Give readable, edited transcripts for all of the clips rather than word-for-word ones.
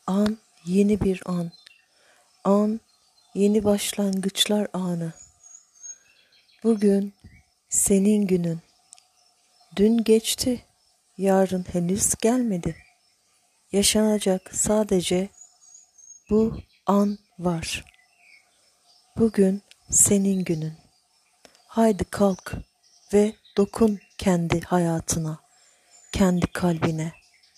An yeni bir an. An yeni başlangıçlar anı. Bugün senin günün. Dün geçti, yarın henüz gelmedi. Yaşanacak sadece bu an var. Bugün senin günün. Haydi kalk ve dokun kendi hayatına, kendi kalbine.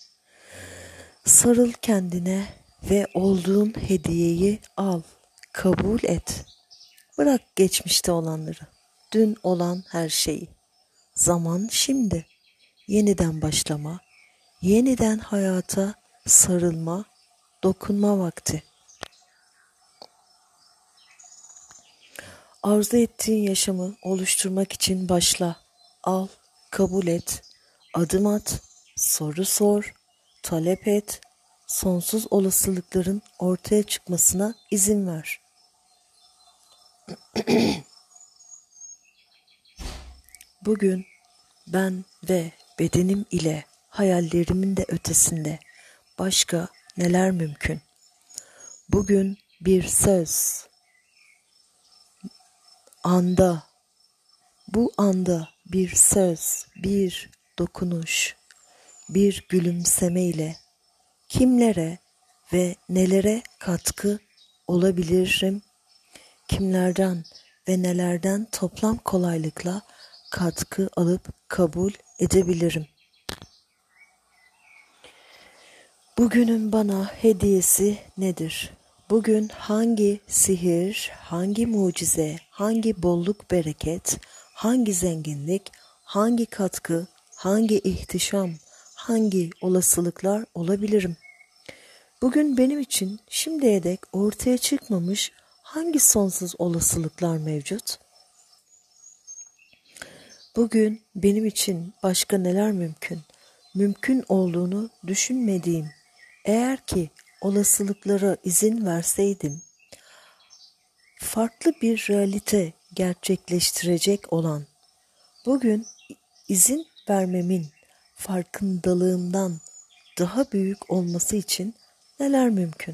Sarıl kendine ve olduğun hediyeyi al, kabul et. Bırak geçmişte olanları, dün olan her şeyi. Zaman şimdi. Yeniden başlama, yeniden hayata sarılma, dokunma vakti. Arzu ettiğin yaşamı oluşturmak için başla. Al, kabul et, adım at, soru sor, talep et, sonsuz olasılıkların ortaya çıkmasına izin ver. Bugün ben ve bedenim ile hayallerimin de ötesinde başka neler mümkün? Bugün bir söz, bu anda bir söz, bir dokunuş, bir gülümseme ile kimlere ve nelere katkı olabilirim? Kimlerden ve nelerden toplam kolaylıkla katkı alıp kabul edebilirim? Bugünün bana hediyesi nedir? Bugün hangi sihir, hangi mucize, hangi bolluk bereket, hangi zenginlik, hangi katkı, hangi ihtişam, hangi olasılıklar olabilirim? Bugün benim için şimdiye dek ortaya çıkmamış hangi sonsuz olasılıklar mevcut? Bugün benim için başka neler mümkün? Mümkün olduğunu düşünmediğim, eğer ki olasılıklara izin verseydim, farklı bir realite gerçekleştirecek olan, bugün izin vermemin farkındalığımdan daha büyük olması için neler mümkün?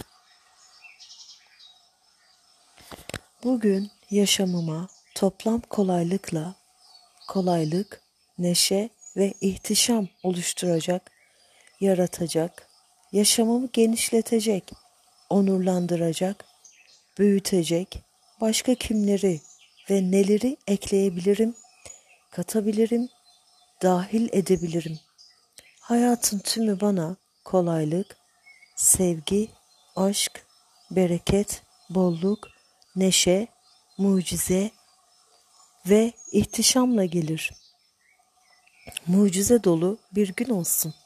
Bugün yaşamıma toplam kolaylık, neşe ve ihtişam oluşturacak, yaratacak, yaşamımı genişletecek, onurlandıracak, büyütecek, başka kimleri ve neleri ekleyebilirim, katabilirim, dahil edebilirim. Hayatın tümü bana kolaylık, sevgi, aşk, bereket, bolluk, neşe, mucize ve ihtişamla gelir. Mucize dolu bir gün olsun.